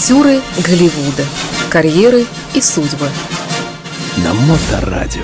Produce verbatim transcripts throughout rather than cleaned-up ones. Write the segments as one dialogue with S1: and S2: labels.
S1: Актеры Голливуда. Карьеры и судьбы.
S2: На Моторадио.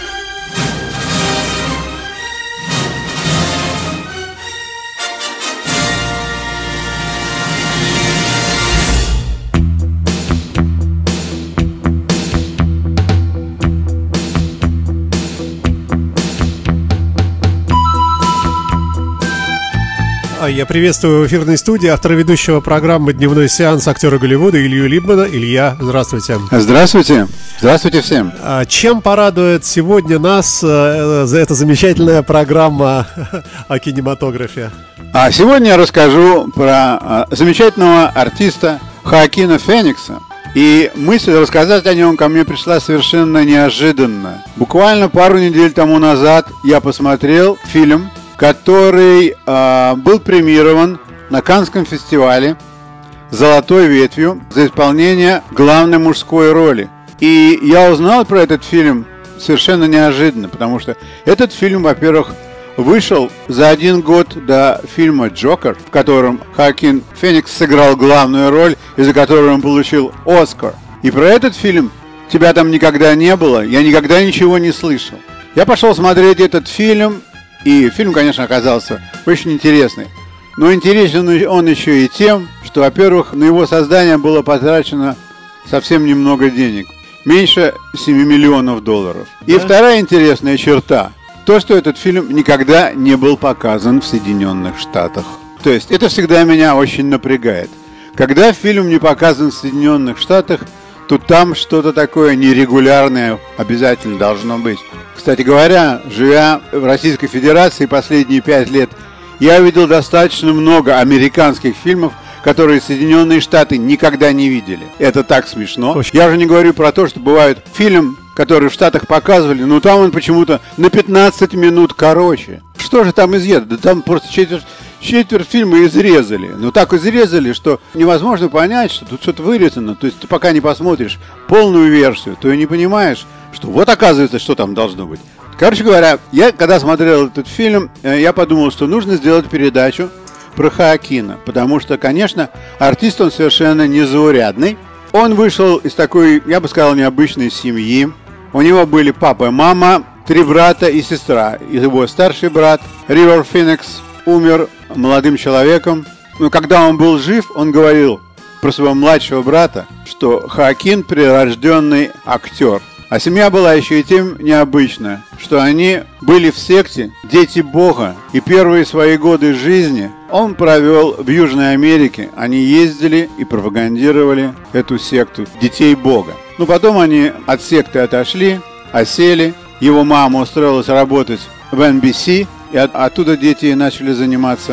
S3: Я приветствую в эфирной студии автора ведущего программы «Дневной сеанс» актера Голливуда Илью Либмана. Илья, здравствуйте.
S4: Здравствуйте. Здравствуйте всем.
S3: Чем порадует сегодня нас за эта замечательная программа о кинематографе?
S4: А сегодня я расскажу про замечательного артиста Хоакина Феникса. И мысль рассказать о нем ко мне пришла совершенно неожиданно. Буквально пару недель тому назад я посмотрел фильм, который э, был премирован на Каннском фестивале «Золотой ветвью» за исполнение главной мужской роли. И я узнал про этот фильм совершенно неожиданно, потому что этот фильм, во-первых, вышел за один год до фильма «Джокер», в котором Хоакин Феникс сыграл главную роль, и за которую он получил «Оскар». И про этот фильм «Тебя там никогда не было», я никогда ничего не слышал. Я пошел смотреть этот фильм, и фильм, конечно, оказался очень интересный. Но интересен он еще и тем, что, во-первых, на его создание было потрачено совсем немного денег. Меньше семи миллионов долларов. И да? Вторая интересная черта. То, что этот фильм никогда не был показан в Соединенных Штатах. То есть это всегда меня очень напрягает. Когда фильм не показан в Соединенных Штатах, то там что-то такое нерегулярное обязательно должно быть. Кстати говоря, живя в Российской Федерации последние пять лет, я увидел достаточно много американских фильмов, которые Соединенные Штаты никогда не видели. Это так смешно. Очень. Я уже не говорю про то, что бывает фильм, который в Штатах показывали, но там он почему-то на пятнадцать минут короче. Что же там изъедено? Да там просто четверть, четверть фильма изрезали. Ну так изрезали, что невозможно понять, что тут что-то вырезано. То есть ты пока не посмотришь полную версию, то и не понимаешь, что вот оказывается, что там должно быть. Короче говоря, я когда смотрел этот фильм, я подумал, что нужно сделать передачу про Хоакина. Потому что, конечно, артист он совершенно незаурядный. Он вышел из такой, я бы сказал, необычной семьи. У него были папа и мама, три брата и сестра. И его старший брат, Ривер Феникс, умер молодым человеком. Но когда он был жив, он говорил про своего младшего брата, что Хоакин прирожденный актер. А семья была еще и тем необычная, что они были в секте «Дети Бога». И первые свои годы жизни он провел в Южной Америке. Они ездили и пропагандировали эту секту «Детей Бога». Но потом они от секты отошли, осели. Его мама устроилась работать в эн би си, и от, оттуда дети начали заниматься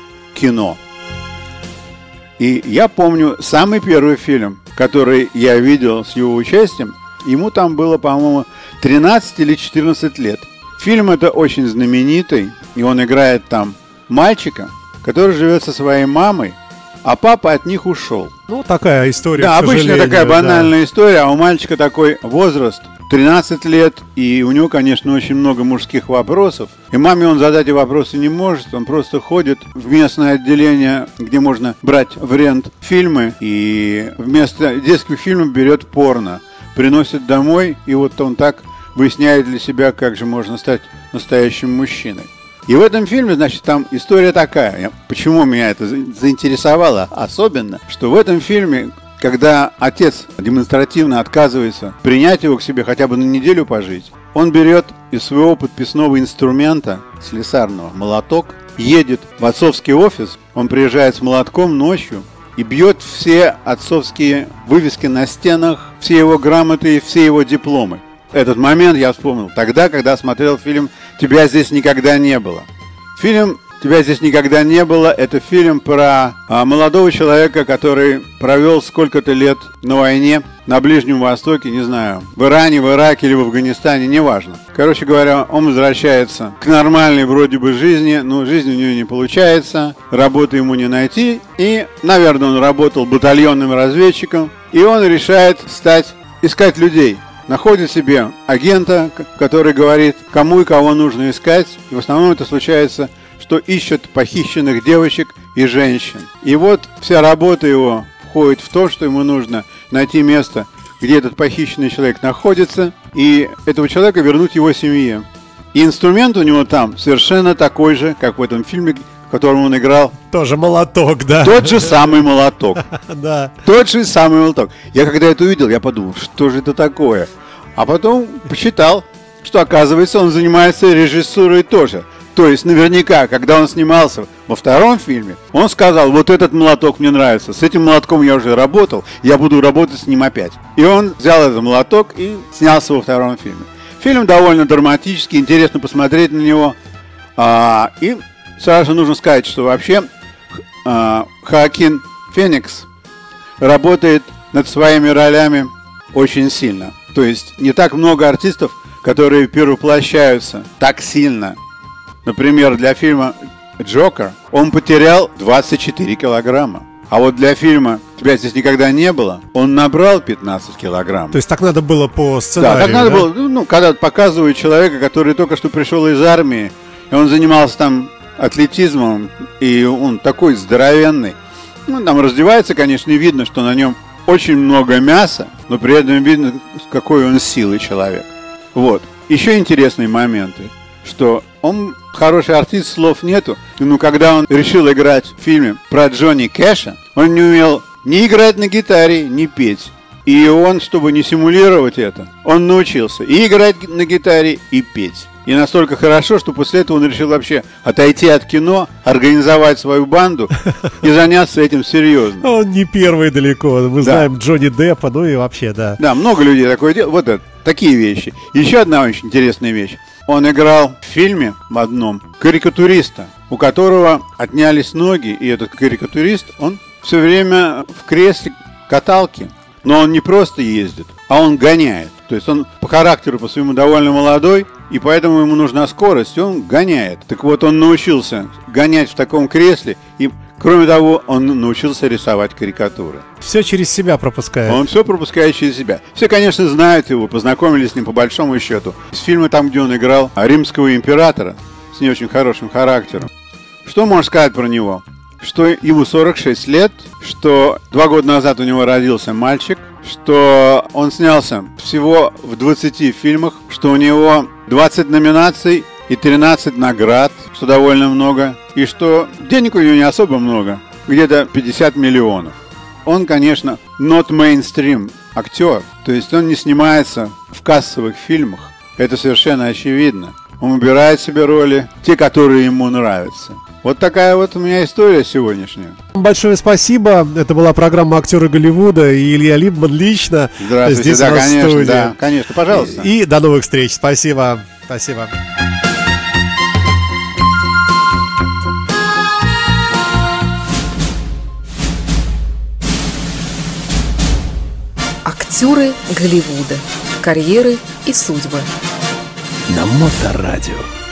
S4: кино. И я помню самый первый фильм, который я видел с его участием. Ему там было, по-моему, тринадцать или четырнадцать лет. Фильм это очень знаменитый, и он играет там мальчика, который живет со своей мамой, а папа от них ушел.
S3: Ну, такая история,
S4: да,
S3: к сожалению.
S4: обычная такая банальная
S3: да.
S4: история, а у мальчика такой возраст, тринадцать лет, и у него, конечно, очень много мужских вопросов. И маме он задать эти вопросы не может, он просто ходит в местное отделение, где можно брать в рент фильмы, и вместо детских фильмов берет порно. Приносит домой, и вот он так выясняет для себя, как же можно стать настоящим мужчиной. И в этом фильме, значит, там история такая. Почему меня это заинтересовало особенно, что в этом фильме, когда отец демонстративно отказывается принять его к себе хотя бы на неделю пожить, он берет из своего подписного инструмента, слесарного, молоток, едет в отцовский офис, он приезжает с молотком ночью, и бьет все отцовские вывески на стенах, все его грамоты и все его дипломы. Этот момент я вспомнил тогда, когда смотрел фильм «Тебя здесь никогда не было». Фильм «Тебя здесь никогда не было» — это фильм про а, молодого человека, который провел сколько-то лет на войне на Ближнем Востоке, не знаю, в Иране, в Ираке или в Афганистане, неважно. Короче говоря, он возвращается к нормальной вроде бы жизни, но жизнь у него не получается, работы ему не найти, и, наверное, он работал батальонным разведчиком, и он решает стать, искать людей. Находит себе агента, который говорит, кому и кого нужно искать, и в основном это случается, что ищут похищенных девочек и женщин. И вот вся работа его в уходит в то, что ему нужно найти место, где этот похищенный человек находится, и этого человека вернуть его семье. И инструмент у него там совершенно такой же, как в этом фильме, в котором он играл.
S3: Тоже молоток, да.
S4: Тот же самый молоток.
S3: Да.
S4: Тот же самый молоток. Я когда это увидел, я подумал, что же это такое? А потом почитал, что, оказывается, он занимается режиссурой тоже. То есть, наверняка, когда он снимался во втором фильме, он сказал, вот этот молоток мне нравится, с этим молотком я уже работал, я буду работать с ним опять. И он взял этот молоток и снялся во втором фильме. Фильм довольно драматический, интересно посмотреть на него. А, и сразу нужно сказать, что вообще а, Хоакин Феникс работает над своими ролями очень сильно. То есть, не так много артистов, которые перевоплощаются так сильно. Например, для фильма «Джокер» он потерял двадцать четыре килограмма. А вот для фильма «Тебя здесь никогда не было» он набрал пятнадцать килограмм.
S3: То есть так надо было по сценарию,
S4: да? так надо
S3: да?
S4: было, ну, когда показывают человека, который только что пришел из армии, и он занимался там атлетизмом, и он такой здоровенный. Ну, там раздевается, конечно, и видно, что на нем очень много мяса, но при этом видно, какой он силы человек. Вот. Еще интересные моменты, что он хороший артист, слов нету, но когда он решил играть в фильме про Джонни Кэша, он не умел ни играть на гитаре, ни петь. И он, чтобы не симулировать это, он научился и играть на гитаре, и петь. И настолько хорошо, что после этого он решил вообще отойти от кино, организовать свою банду и заняться этим серьезно.
S3: Он не первый далеко. Мы
S4: Да.
S3: знаем Джонни Деппа, ну и вообще, да.
S4: Да, много людей такое делают. Вот это, такие вещи. Еще одна очень интересная вещь. Он играл в фильме в одном карикатуриста, у которого отнялись ноги, и этот карикатурист, он все время в кресле каталки. Но он не просто ездит, а он гоняет. То есть он по характеру, по своему довольно молодой, и поэтому ему нужна скорость, и он гоняет. Так вот, он научился гонять в таком кресле, и, кроме того, он научился рисовать карикатуры.
S3: Все через себя пропускает.
S4: Он все пропускает через себя. Все, конечно, знают его, познакомились с ним по большому счету. Из фильма там, где он играл римского императора, с не очень хорошим характером. Что можно сказать про него? Что ему сорок шесть лет, что два года назад у него родился мальчик, что он снялся всего в двадцати фильмах, что у него двадцать номинаций и тринадцать наград, что довольно много, и что денег у него не особо много, где-то пятьдесят миллионов. Он, конечно, not mainstream актер, то есть он не снимается в кассовых фильмах, это совершенно очевидно. Он выбирает себе роли, те, которые ему нравятся. Вот такая вот у меня история сегодняшняя.
S3: Большое спасибо. Это была программа «Актеры Голливуда» и Илья Либман лично
S4: Здравствуйте,
S3: здесь
S4: да,
S3: у нас в
S4: конечно,
S3: студии.
S4: да, конечно, пожалуйста.
S3: И, и до новых встреч. Спасибо. Спасибо.
S1: Актеры Голливуда. Карьеры и судьбы.
S2: На Моторадио.